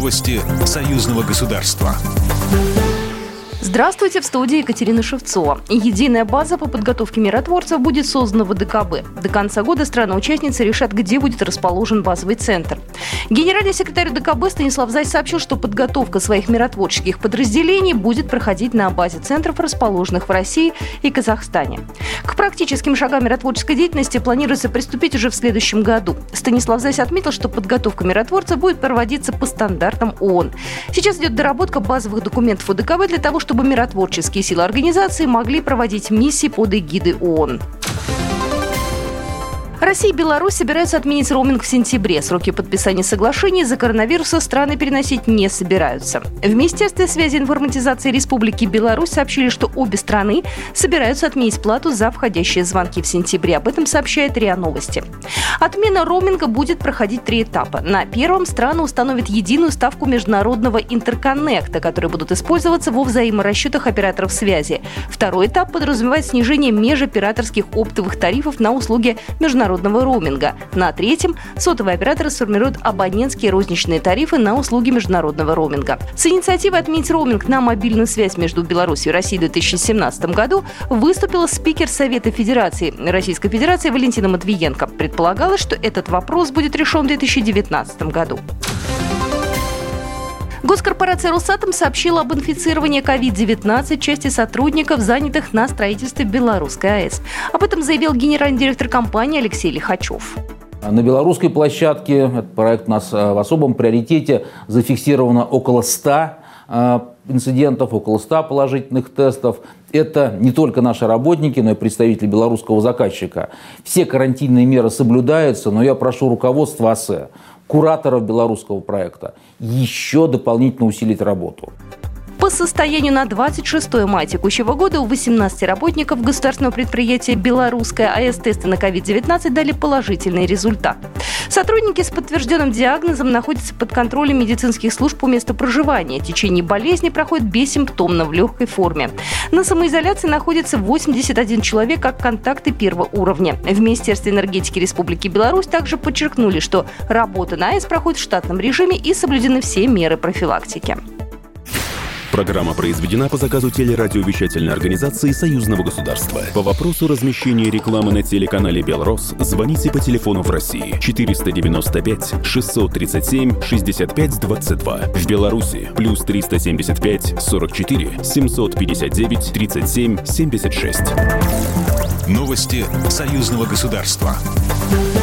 Новости союзного государства. Здравствуйте, в студии Екатерина Шевцова. Единая база по подготовке миротворцев будет создана в ВДКБ. До конца года страны-участницы решат, где будет расположен базовый центр. Генеральный секретарь ВДКБ Станислав Зайц сообщил, что подготовка своих миротворческих подразделений будет проходить на базе центров, расположенных в России и Казахстане. К практическим шагам миротворческой деятельности планируется приступить уже в следующем году. Станислав Зайц отметил, что подготовка миротворцев будет проводиться по стандартам ООН. Сейчас идет доработка базовых документов ВДКБ для того, чтобы миротворческие силы организации могли проводить миссии под эгидой ООН. Россия и Беларусь собираются отменить роуминг в сентябре. Сроки подписания соглашений из-за коронавируса страны переносить не собираются. В Министерстве связи и информатизации Республики Беларусь сообщили, что обе страны собираются отменить плату за входящие звонки в сентябре. Об этом сообщает РИА Новости. Отмена роуминга будет проходить 3 этапа. На первом страны установят единую ставку международного интерконнекта, которые будут использоваться во взаиморасчетах операторов связи. Второй этап подразумевает снижение межоператорских оптовых тарифов на услуги международного роуминга. На третьем сотовые операторы сформируют абонентские розничные тарифы на услуги международного роуминга. С инициативой отменить роуминг на мобильную связь между Беларусью и Россией в 2017 году выступила спикер Совета Федерации Российской Федерации Валентина Матвиенко. Предполагалось, что этот вопрос будет решен в 2019 году. Госкорпорация «Росатом» сообщила об инфицировании COVID-19 части сотрудников, занятых на строительстве Белорусской АЭС. Об этом заявил генеральный директор компании Алексей Лихачев. На белорусской площадке, этот проект у нас в особом приоритете, зафиксировано около 100 инцидентов, около 100 положительных тестов. Это не только наши работники, но и представители белорусского заказчика. Все карантинные меры соблюдаются, но я прошу руководство АСЭ, кураторов белорусского проекта, еще дополнительно усилить работу. По состоянию на 26 мая текущего года у 18 работников государственного предприятия «Белорусская АЭС» тесты на COVID-19 дали положительный результат. Сотрудники с подтвержденным диагнозом находятся под контролем медицинских служб по месту проживания. Течение болезни проходит бессимптомно в легкой форме. На самоизоляции находится 81 человек как контакты первого уровня. В Министерстве энергетики Республики Беларусь также подчеркнули, что работа на АЭС проходит в штатном режиме и соблюдены все меры профилактики. Программа произведена по заказу телерадиовещательной организации Союзного государства. По вопросу размещения рекламы на телеканале «Белрос» звоните по телефону в России 495 637 65 22. В Беларуси плюс 375 44 759 37 76. Новости союзного государства.